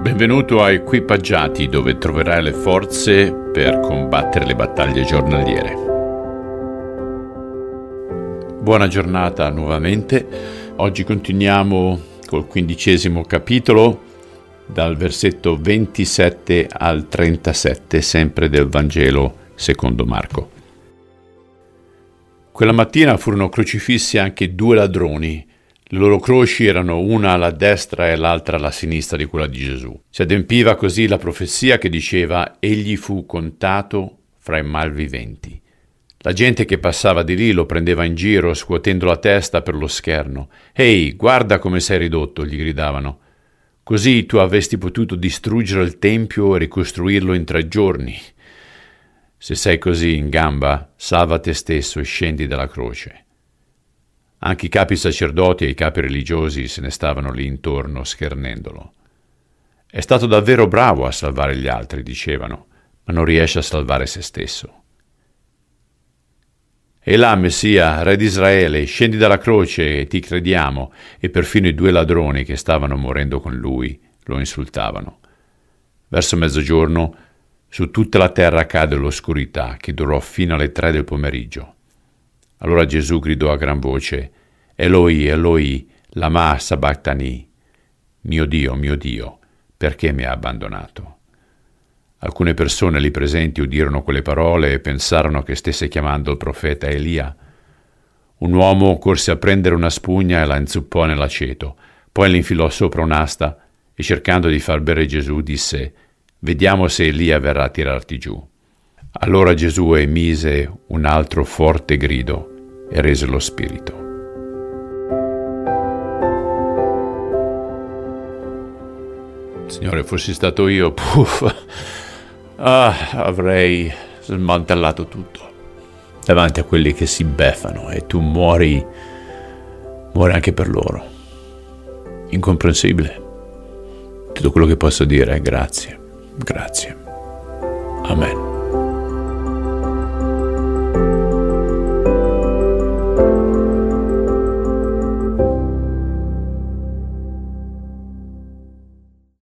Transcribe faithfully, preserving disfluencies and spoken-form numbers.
Benvenuto a Equipaggiati, dove troverai le forze per combattere le battaglie giornaliere. Buona giornata nuovamente. Oggi continuiamo col quindicesimo capitolo, dal versetto ventisette al trentasette, sempre del Vangelo secondo Marco. Quella mattina furono crocifissi anche due ladroni. Le loro croci erano una alla destra e l'altra alla sinistra di quella di Gesù. Si adempiva così la profezia che diceva: egli fu contato fra i malviventi. La gente che passava di lì lo prendeva in giro, scuotendo la testa per lo scherno. «Ehi, guarda come sei ridotto!» gli gridavano. «Così tu avresti potuto distruggere il tempio e ricostruirlo in tre giorni. Se sei così in gamba, salva te stesso e scendi dalla croce». Anche i capi sacerdoti e i capi religiosi se ne stavano lì intorno, schernendolo. «È stato davvero bravo a salvare gli altri», dicevano, «ma non riesce a salvare se stesso». «E là, Messia, re di Israele, scendi dalla croce e ti crediamo», e perfino i due ladroni che stavano morendo con lui lo insultavano. Verso mezzogiorno, su tutta la terra cadde l'oscurità, che durò fino alle tre del pomeriggio. Allora Gesù gridò a gran voce: «Eloi, Eloi, lama sabachthani», «Mio Dio, mio Dio, perché mi ha abbandonato?» Alcune persone lì presenti udirono quelle parole e pensarono che stesse chiamando il profeta Elia. Un uomo corse a prendere una spugna e la inzuppò nell'aceto, poi l'infilò sopra un'asta e, cercando di far bere Gesù, disse: «Vediamo se Elia verrà a tirarti giù». Allora Gesù emise un altro forte grido e rese lo spirito. Signore, fossi stato io, puff, ah, avrei smantellato tutto davanti a quelli che si beffano, e tu muori, muori anche per loro. Incomprensibile. Tutto quello che posso dire è grazie, grazie. Amen.